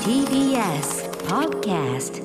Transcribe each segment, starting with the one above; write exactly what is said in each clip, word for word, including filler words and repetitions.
ティービーエス Podcast。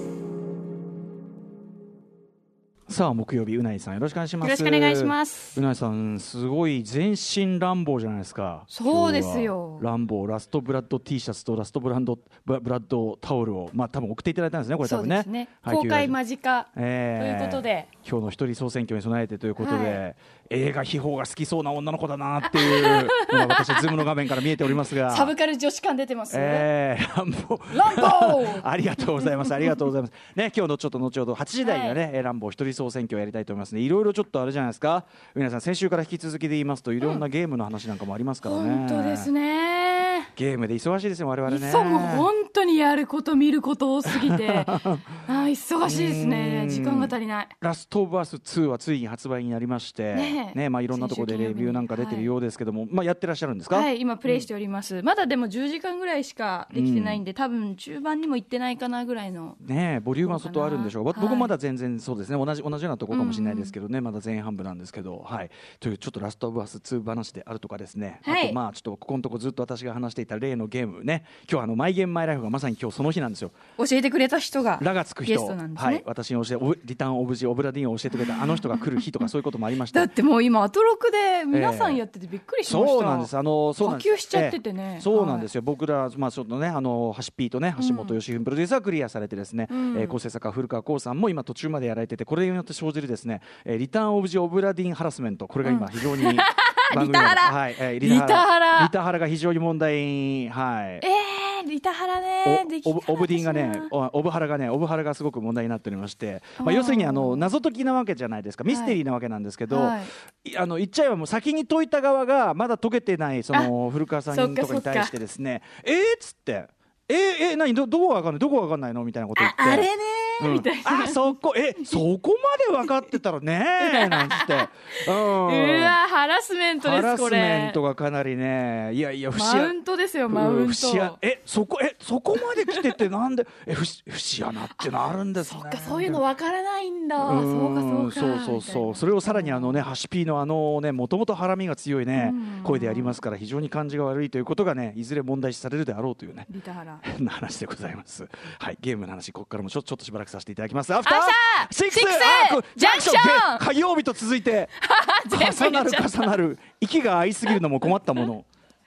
さあ木曜日、うないさんよろしくお願いします。 よろしくお願いします。 うないさんすごい全身乱暴じゃないですか。 そうですよ。 乱暴ラストブラッド T シャツとラストブランドブラッドタオルをまあ多分送っていただいたんですね、これ多分ね。 そうですね、公開間近、 えー、 ということで今日の一人総選挙に備えてということで、はい、映画秘宝が好きそうな女の子だなっていうのが私ズームの画面から見えておりますがサブカル女子感出てますよ、 えー、乱暴乱暴ありがとうございますありがとうございますね。今日のちょっと後ほどはちじ台にはね、はい、乱暴一人総選挙をやりたいと思いますね。いろいろちょっとあれじゃないですか、皆さん先週から引き続きで言いますといろんなゲームの話なんかもありますからね、 うん、本当ですね。 ゲームで忙しいですよ我々ね。 そう、もう本当にやること見ること多すぎてあ忙しいですね。時間が足りない。 ラストオブアスツーはついに発売になりましてね、ね、まあ、いろんなところでレビューなんか出てるようですけども、はい、まあ、やってらっしゃるんですか。 はい、今プレイしております、うん、まだでもじゅうじかんぐらいしかできてないんで、うん、多分中盤にも行ってないかなぐらいのね。ボリュームは相当あるんでしょう、はい、僕まだ全然そうですね、同じ同じようなところかもしれないですけどね、うん、まだ前半部なんですけど、はい、というちょっとラストオブアスツー話であるとかですね、はい、あとまあちょっとここのとこずっと私が話していた例のゲームね、今日あのマイゲームマイライフがまさに今日その日なんですよ。 教えてくれた人がラがつく人、 ゲストなんですね、 はい、私に教えリターンオブジオブラディンを教えてくれたあの人が来る日とかそういうこともありましただってもう今アトロクで皆さんやっててびっくりしました、 えー、そうなんです、あのそうなんです、 波及しちゃっててね、 えー、そうなんですよ、はい、僕ら、まあちょっとね、あのハシピーとね橋本義文プロデューサークリアされてですね、うん、えー、構成作家古川光さんも今途中までやられてて、これによって生じるですね、えー、リターンオブジオブラディンハラスメント、これが今非常に、うんリタハラ、 はい、えー、 リタハラリタハラが非常に問題、はい、 えー、リタハラね、できたらオブディンがね、オブハラがね、オブハラがすごく問題になっておりまして、まあ、要するにあの謎解きなわけじゃないですか、ミステリーなわけなんですけど、はい、あの言っちゃえばもう先に解いた側がまだ解けてないその古川さんとかに対してですね、えーっつってえー、えー、何 ど, どこが分かんないどこが分かんないのみたいなこと言って、 あ, あれねー、 うん、 みたいな、 あそこえそこまで分かってたらねなんつって、うん、 うわハラスメントです、これハラスメントがかなりね、いやいやマウントですよ、マウント、 えそこえそこまで来ててなんでえ不節穴ってなるんですね。 そっか、そういうの分からないんだ、うんそうかそうか、 そうそうそう、それをさらにあのねハシピーのあのねもともとハラミが強いね声でやりますから、非常に感じが悪いということがねいずれ問題視されるであろうというねリタハラな話でございます。はい、ゲームの話ここからもちょちょっとしばらくさせていただきます。アフターシックスジャンクション火曜日と続いて重なる重なる息が合いすぎるのも困ったもの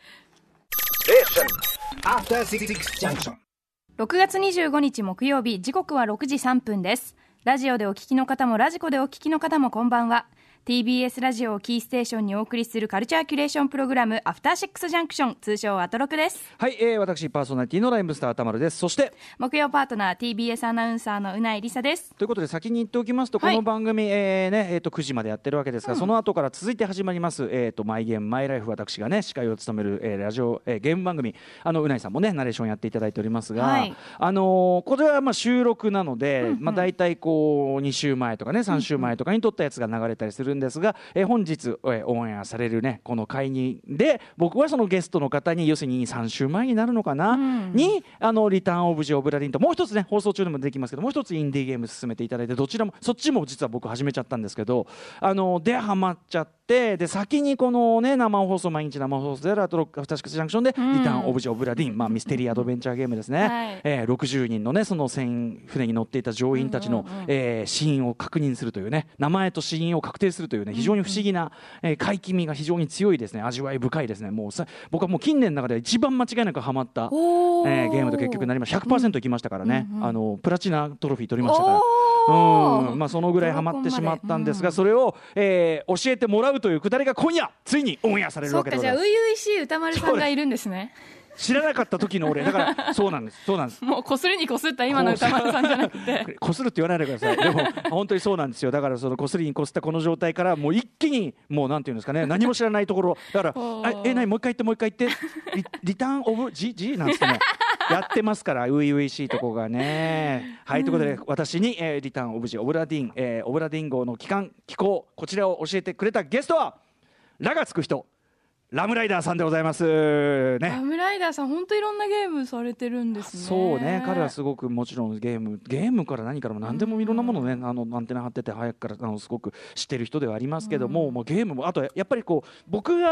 ろくがつにじゅうごにち木曜日、時刻はろくじさんぷんです。ラジオでお聞きの方もラジコでお聞きの方もこんばんは。ティービーエス ラジオをキーステーションにお送りするカルチャーキュレーションプログラムアフターシックスジャンクション、通称アトロクです。 はい、えー、私パーソナリティのライムスターたまるです。そして木曜パートナー ティービーエス アナウンサーのうないりさです。 ということで先に言っておきますと、この番組、はい、えーねえー、とくじまでやってるわけですが、うん、その後から続いて始まります、えー、とマイゲームマイライフ、私がね司会を務める、えー、ラジオ、えー、ゲーム番組、あのうないさんもねナレーションやっていただいておりますが、はい、あのー、これはまあ収録なので、うんうん、まあ、大体こうに週前とかねさん週前とかに撮ったやつが流れたりするんですが、えー、本日、えー、オンエアされるねこの会議で、僕はそのゲストの方に要するにさん週前になるのかな、うん、にあのリターンオブジオブラディンともう一つね放送中でもできますけど、もう一つインディーゲーム進めていただいて、どちらもそっちも実は僕始めちゃったんですけど、あのでハマっちゃって、で先にこのね生放送、毎日生放送であるアトロックアフターシックスジャンクションで、うん、リターンオブジオブラディン、まあ、ミステリーアドベンチャーゲームですね、はい、えー、ろくじゅうにんのねその船船に乗っていた乗員たちの、うんうんうん、えー、死因を確認するというね、名前と死因を確定するというね、非常に不思議な、えー、怪奇味が非常に強いですね、味わい深いですね。もうさ僕はもう近年の中で一番間違いなくハマった、えー、ゲームと結局なりました。 ひゃくパーセント いきましたからね、うんうん、あのプラチナトロフィー取りましたから、うん、まあ、そのぐらいハマってしまったんですが、それを、えー、教えてもらうというくだりが今夜ついにオンエアされるわけでございます。 そうか、じゃあ初々しい歌丸さんがいるんですね。 知らなかった時の俺だからそうなんですそうなんですもうこすりにこすった今の歌丸さんじゃなくてこするって言わないでください。でも本当にそうなんですよ。だからそのこすりにこすったこの状態からもう一気にもうなんていうんですかね、何も知らないところだからあえ何もう一回言ってもう一回言って リ, リターンオブジジなんつってねやってますから、初々しいとこがね。はい、ということで私に、えー、リターンオブジオブラディン、えー、オブラディン号の期間機構、こちらを教えてくれたゲストはラがつく人、ラムライダーさんでございますね。 ラムライダーさん本当いろんなゲームされてるんですね。 そうね、彼はすごくもちろんゲームゲームから何からも何でもいろんなものね、あのアンテナ張ってて早くからあのすごく知ってる人ではありますけども、もうゲームもあとやっぱりこう僕が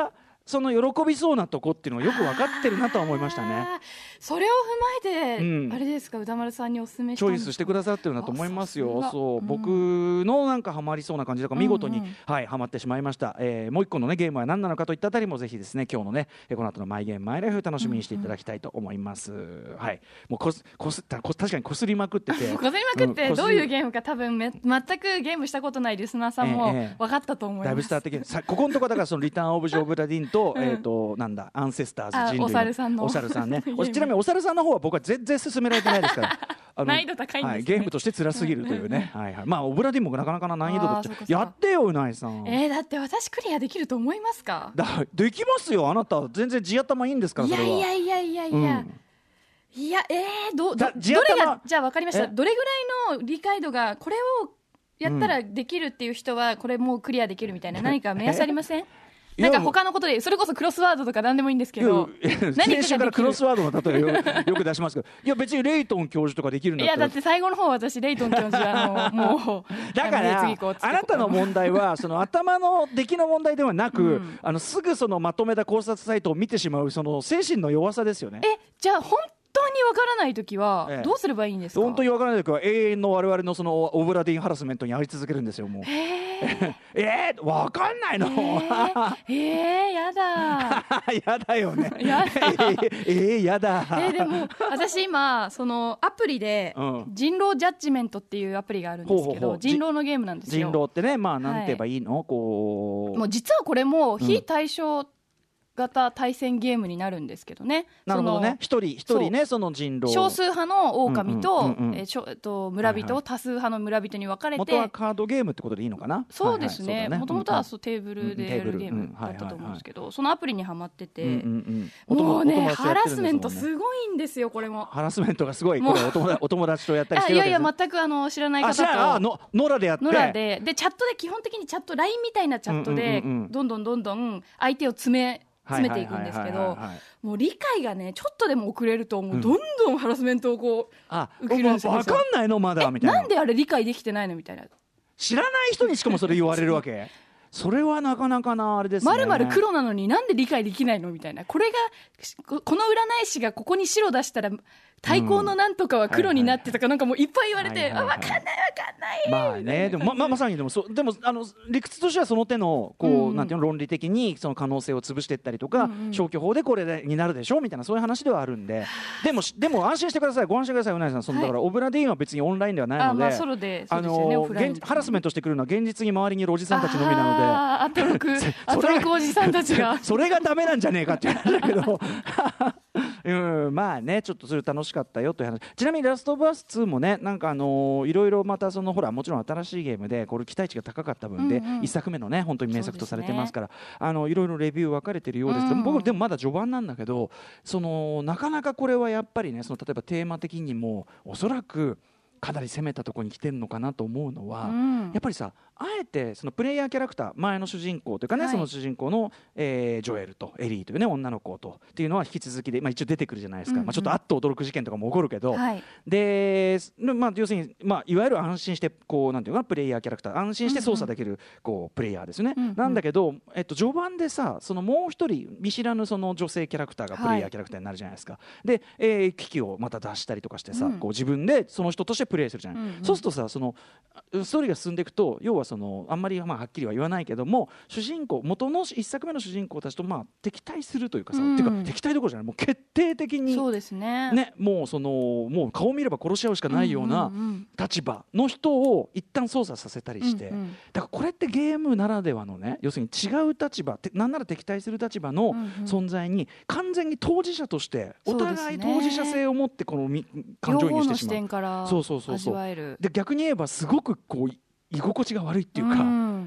その喜びそうなとこっていうのがよく分かってるなとは思いましたね。 それを踏まえて、うん、あれですか、歌丸さんにお勧めしたんですか。 チョイスしてくださってるんだと思いますよ。そう、うん、僕のなんかハマりそうな感じだから見事に、うんうん、はい、ハマってしまいました、えー、もう一個の、ね、ゲームは何なのかといったあたりもぜひですね今日のねこの後のマイゲームマイライフ楽しみにしていただきたいと思います、うんうん、はい、もうこすこすったこ確かにこすりまくっててこすりまくって、うん、どういうゲームか多分め全くゲームしたことないリスナーさんも分かったと思います、えーえー、だいぶ伝わってきてさここのところだからそのリターンオブジョブラディンと、うん、えーとなんだアンセスターズ人類お猿さんのお猿さんねちなみにお猿さんの方は僕は全然進められてないですからあの難易度高いんですね、はい、 ゲームとして辛すぎるというねはい、はい、まあオブラディンもなかなかな難易度だっちゃやってようないさん、 えー、だって私クリアできると思いますか。 だできますよあなた全然地頭いいんですからそれは。 いやいやいやいやいや、うんいやえー、ど, ど, どれがじゃあ分かりました。どれぐらいの理解度がこれをやったらできるっていう人はこれもうクリアできるみたいな何か目安ありません？なんか他のことでそれこそクロスワードとか何でもいいんですけど先週からクロスワードの例えよ, よく出しますけどいや別にレイトン教授とかできるんだったらいやだって最後の方私レイトン教授あのもうだからあなたの問題はその頭の出来の問題ではなく、うん、あのすぐそのまとめた考察サイトを見てしまうその精神の弱さですよね。 えじゃあ本当にわからないときはどうすればいいんですか？ 本当にわからないときは永遠の我々のそのオブラディンハラスメントにあり続けるんですよもう。えー、わかんないの？ えー、えー、やだやだよねやだえー、やだえー、でも私今そのアプリで人狼ジャッジメントっていうアプリがあるんですけど、うん、ほうほうほう人狼のゲームなんですよ。 人狼ってねまあなんて言えばいいの、はい、こうもう実はこれも非対称、うん型対戦ゲームになるんですけどね。 なるほどね。一人一人ねその人狼少数派の狼と村人を多数派の村人に分かれて、 元はカードゲームってことでいいのかな。 そうですね。もともとはそうテーブルでやるゲームだったと思うんですけど、そのアプリにはまってて、もうねハラスメントすごいんですよこれも。 ハラスメントがすごい。これお友達お友達とやったりしてるわけです。 いやいや全くあの知らない方とあのノラでやって。 ノラででチャットで基本的にチャット ライン みたいなチャットでどんどんどんどん相手を詰め詰めていくんですけど、もう理解がねちょっとでも遅れるともうどんどんハラスメントをこう、 うん、あ受けるんですよ。分かんないのまだみたいな。 なんであれ理解できてないのみたいな。 知らない人にしかもそれ言われるわけそれはなかなかなあれですね。 丸々黒なのになんで理解できないのみたいな。これがこの占い師がここに白出したら対抗のなんとかは黒になってとかなんかもういっぱい言われて、あ分かんない分かんないまあねでも ま, ま, まさにでもそうでもあの理屈としてはその手のこう、うん、なんていうの論理的にその可能性を潰していったりとか、うんうん、消去法でこれでになるでしょみたいなそういう話ではあるんででもでも安心してくださいご安心ください。うなぎさんその、はい、だからオブラディーンは別にオンラインではないので、あ、まあ、ソロでそうですよね、オフラインハラスメントしてくるのは現実に周りにいるおじさんたちのみなのであアトロクアトロクおじさんたちがそれがダメなんじゃねえかっていう話だけどうん、まあねちょっとそれ楽しかったよという話。ちなみにラストオブアスツーもねなんかあのー、いろいろまたそのほらもちろん新しいゲームでこれ期待値が高かった分で、うんうん、いっさくめのね本当に名作とされてますから、ね、あのいろいろレビュー分かれてるようですけど、うん、僕でもまだ序盤なんだけどそのなかなかこれはやっぱりねその例えばテーマ的にもおそらくかなり攻めたところに来てるのかなと思うのは、うん、やっぱりさあえてそのプレイヤーキャラクター前の主人公というかね、はい、その主人公の、えー、ジョエルとエリーというね女の子とっていうのは引き続きで、まあ、一応出てくるじゃないですか、うんうんまあ、ちょっとあっと驚く事件とかも起こるけど、はい、で、まあ、要するに、まあ、いわゆる安心してこうなんていうかプレイヤーキャラクター安心して操作できるこうプレイヤーですよね、うんうん、なんだけど、えっと、序盤でさそのもう一人見知らぬその女性キャラクターがプレイヤーキャラクターになるじゃないですか、はい、で、えー、機器をまた出したりとかしてさ、うん、こう自分でその人としてプレイするじゃない、うんうん、そうするとさそのストーリーが進んでいくと要はそのあんまりまあはっきりは言わないけども主人公元の一作目の主人公たちとまあ敵対するというかさ、うん、てか敵対どころじゃないもう決定的にそうですね、 ねもうそのもう顔見れば殺し合うしかないような立場の人を一旦操作させたりして、うんうん、だからこれってゲームならではのね要するに違う立場なんなら敵対する立場の存在に完全に当事者としてお互い当事者性を持ってこの感情移入してしまう。両方の視点から味わえる。で逆に言えばすごくこう居心地が悪いっていうか、うん、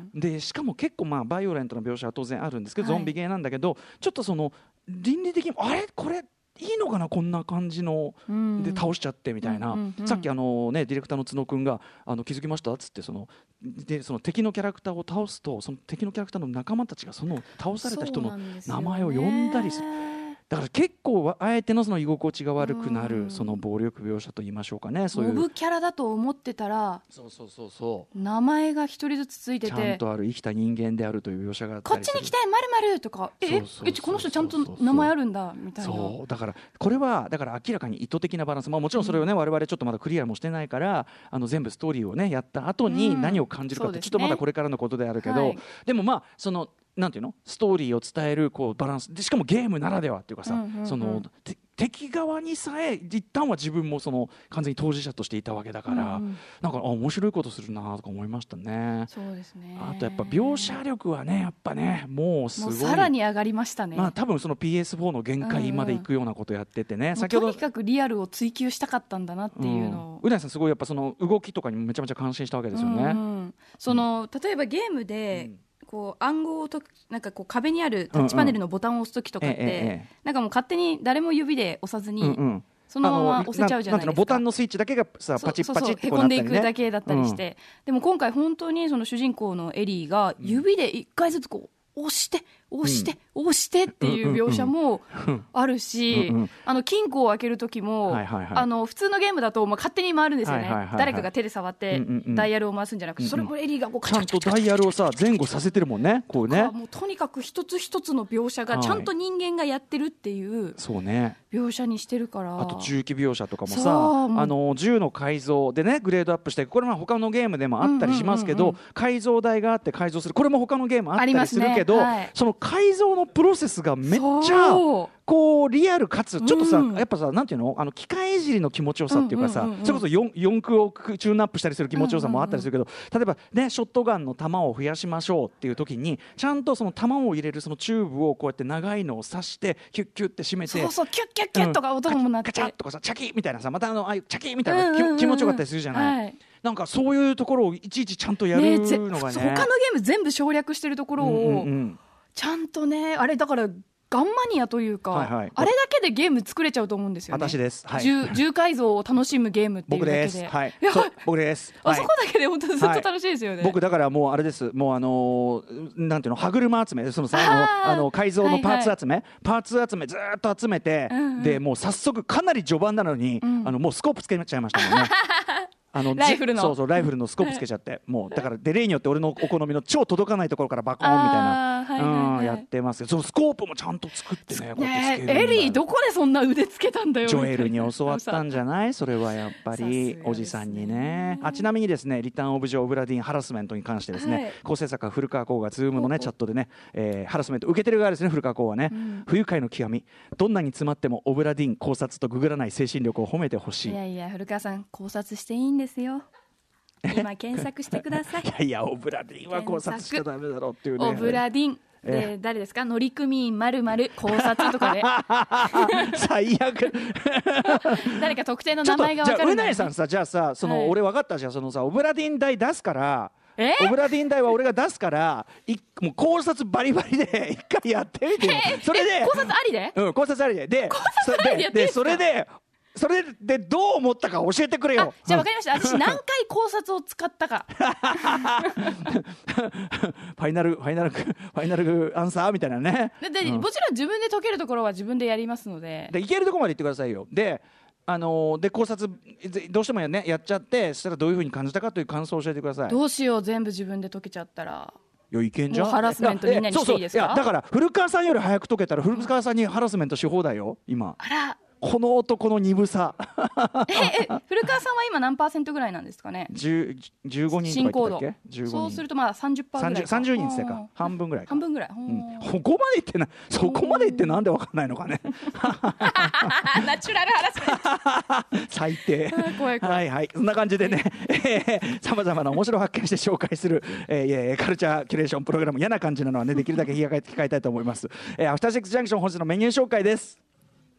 でしかも結構まあバイオレントな描写は当然あるんですけど、はい、ゾンビゲーなんだけどちょっとその倫理的にあれこれいいのかなこんな感じので倒しちゃってみたいな、うんうんうん、さっきあの、ね、ディレクターの角くんがあの気づきましたっつってそのでその敵のキャラクターを倒すとその敵のキャラクターの仲間たちがその倒された人の名前を呼んだりする。 だから結構あえてのその居心地が悪くなうんるその暴力描写と言いましょうかね、そういモブうキャラだと思ってたらそうそうそうそう名前が一人ずつついてちゃんてとある生きた人間であるという描写があったこっりする。 ちに来てまるまるとかえそうそうそうそうえこの人ちゃんと名前あるんだみたいな。 そうだからこれはだから明らかに意図的なバランス、まあ、もちろんそれをね、うん、我々ちょっとまだクリアもしてないからあの全部ストーリーをねやった後に何を感じるかってちょっとまだこれからのことであるけど、 はい、 でもまあそのなんていうのストーリーを伝えるこうバランスでしかもゲームならではっていうかさ、うんうんうん、その敵側にさえ一旦は自分もその完全に当事者としていたわけだから、うんうん、なんかあ面白いことするなとか思いましたね。 そうですね。 あとやっぱ描写力はねやっぱねもうすごいもうさらに上がりましたね。 まあ多分その ピーエスフォー の限界までいくようなことやっててね、うんうん、 先ほどとにかくリアルを追求したかったんだなっていうのを、 うな、ん、さんすごいやっぱその動きとかにもめちゃめちゃ感心したわけですよね。うんうん、 その例えばゲームで、うんこう暗号をとなんかこう壁にあるタッチパネルのボタンを押すときとかって、うんうん、なんかもう勝手に誰も指で押さずに、うんうん、そのまま押せちゃうじゃないですか。 ボタンのスイッチだけがさパチッパチッってへこんでいくだけだったりして、うん、でも今回本当にその主人公のエリーが指で一回ずつこう押して押して、うん、押してっていう描写もあるし、うんうん、あの金庫を開ける時も、はいはいはい、あの普通のゲームだとまあ勝手に回るんですよね、はいはいはいはい、誰かが手で触ってダイヤルを回すんじゃなくて、うんうん、それもエリーがこうカチャカチャカチャカチャちゃんとダイヤルをさ前後させてるもんねこうねもうとにかく一つ一つの描写がちゃんと人間がやってるっていう描写にしてるから、 はい、あと銃器描写とかもさあの銃の改造でねグレードアップしてこれは他のゲームでもあったりしますけど、うんうんうんうん、改造台があって改造するこれも他のゲームあったりするけど、ねはい、その改造のプロセスがめっちゃこうリアルかつちょっとさ、うん、やっぱさなんていうのあの機械いじりの気持ちよさっていうかさ、うんうんうんうん、それこそ 4, 四駆をチューンアップしたりする気持ちよさもあったりするけど、うんうんうん、例えばねショットガンの弾を増やしましょうっていう時にちゃんとその弾を入れるそのチューブをこうやって長いのを刺してキュッキュッって締めてそうそうキュッキュッキュッとか音も鳴って、 うん、カチャッとかさチャキッみたいなさまたあのああいうチャキッみたいな、うんうんうん、気持ちよかったりするじゃない、はい、なんかそういうところをいちいちちゃんとやるのがね、ね他のゲーム全部省略してるところを、うんうんうんちゃんとねあれだからガンマニアというか、はいはい、あれだけでゲーム作れちゃうと思うんですよね。 私です、はい、 重, 重改造を楽しむゲームっていうだけで僕です、はい、僕です、 あそこだけで本当にずっと楽しいですよね、 はい、僕だからもうあれですもうあのー、なんていうの歯車集めそのさあのあの改造のパーツ集め、はいはい、パーツ集めずっと集めて、うんうん、でもう早速かなり序盤なのに、うん、あのもうスコープつけちゃいましたもんねあのライフルのそうそうライフルのスコープつけちゃって、はい、もうだからで例によって俺のお好みの超届かないところからバコーンみたいな、はいはいはい、うん、やってますけどそのスコープもちゃんと作ってねこうやってつけるエリーどこでそんな腕つけたんだよジョエルに教わったんじゃないそれはやっぱりおじさんにねあちなみにですねリターンオブジョー・オブラディンハラスメントに関してですね、はい、構成作家古川光がズームのねチャットでね、えー、ハラスメント受けてる側ですね古川光はね、うん、不愉快の極みどんなに詰まってもオブラディン考察とググらない精神力を褒めてほしい。 いやいや古川さん考察していいんですよ今検索してくださいいやいやオブラディンは考察しちゃダメだろうっていうねオブラディンで、え誰ですか乗組員まるまる考察とかで最悪誰か特定の名前が分かるじゃあうないさんさじゃあさその、はい、俺分かったじゃんそのさオブラディン代出すからオブラディン代は俺が出すからいもう考察バリバリで一回やってみてそれで考察ありでうん考察ありでで考察ありでやっていいですかでそれでそれでどう思ったか教えてくれよ。 じゃあ分かりました私何回考察を使ったかファイナルファイナルファイナルアンサーみたいなねでで、うん、もちろん自分で解けるところは自分でやりますのででいけるところまで言ってくださいよ。であのー、で考察どうしてもや,、ね、やっちゃってそしたらどういう風に感じたかという感想を教えてください。 どうしよう全部自分で解けちゃったらいやいけんじゃん。 もうハラスメントみんなにしていいですか。 そうそういやだから古川さんより早く解けたら古川さんにハラスメントし放題よ今。 あらこの男の鈍さええ古川さんは今何パーセントぐらいなんですかね。 じゅう じゅうごにんとか言ったっけじゅうごにんそうするとまあ さんじゅっパーセント ぐらいかさんじゅう, さんじゅうにんって言ってたか半分ぐらいか半分ぐらい、うん、 そこまで言ってないそこまで言ってなんで分かんないのかねナチュラルハラスメント最低怖い怖いはいはいそんな感じでねさまざまな面白発見して紹介する、えー、カルチャーキュレーションプログラム嫌な感じなのはねできるだけ控えたいと思います、えー、アフターシックスジャンクション本日のメニュー紹介です。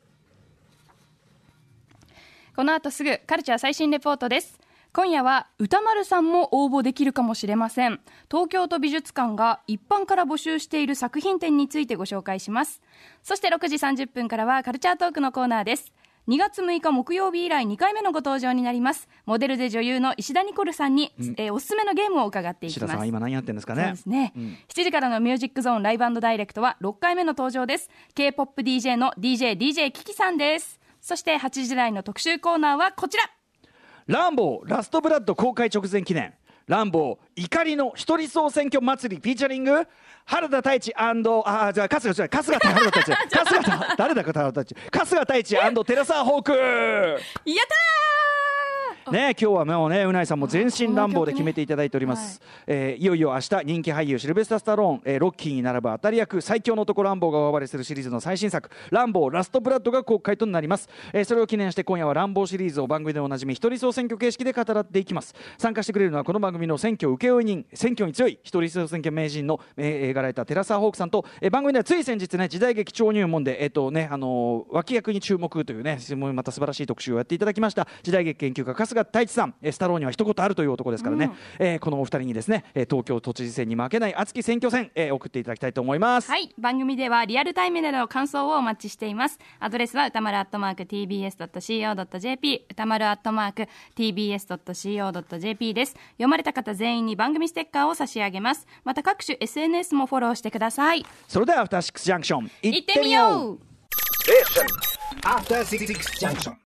この後すぐカルチャー最新レポートです。今夜は歌丸さんも応募できるかもしれません。東京都美術館が一般から募集している作品展についてご紹介します。そしてろくじさんじゅっぷんからはカルチャートークのコーナーです。 にがつむいか木曜日以来にかいめのご登場になります。モデルで女優の石田ニコルさんに、うんえー、おすすめのゲームを伺っていきます。 石田さんは今何やってるんですかね。 そうですね、 うん、 しちじからのミュージックゾーンライブダイレクトはろっかいめの登場です。 K-ポップ ディージェー の ディージェーディージェー キキさんです。そしてはちじ台の特集コーナーはこちら、 ランボーラストブラッド公開直前記念、ランボー怒りの一人総選挙祭りフィーチャリング原田太一ああじゃあ春日じゃ春日原田太一春日誰だか原田太一春日太一寺澤ホーク。やったーね、今日はもうねうないさんも全身乱暴で決めていただいております、はいえー、いよいよ明日人気俳優シルベスター・スタローン、えー、ロッキーに並ぶ当たり役最強の男ランボーが大暴れするシリーズの最新作ランボーラストブラッドが公開となります、えー、それを記念して今夜はランボーシリーズを番組でおなじみ一人総選挙形式で語らっていきます。参加してくれるのはこの番組の選挙請負人、選挙に強い一人総選挙名人の、えー、映画ライター寺澤ホークさんと、えー、番組ではつい先日ね時代劇超入門で、えーとねあのー、脇役に注目というねまた素晴らしい特集をやっていただきました時代劇研究家春日太一さん、スタローには一言あるという男ですからね、うんえー、このお二人にですね東京都知事選に負けない熱き選挙戦、えー、送っていただきたいと思います。 はい、番組ではリアルタイムでの感想をお待ちしています。アドレスは歌丸アットマーク ティービーエスドットシーオードットジェーピー 歌丸アットマーク ティービーエスドットシーオードットジェーピー です。読まれた方全員に番組ステッカーを差し上げます。また各種 エスエヌエス もフォローしてください。 それではアフターシックスジャンクション行ってみよう。 アフターシックスジャンクション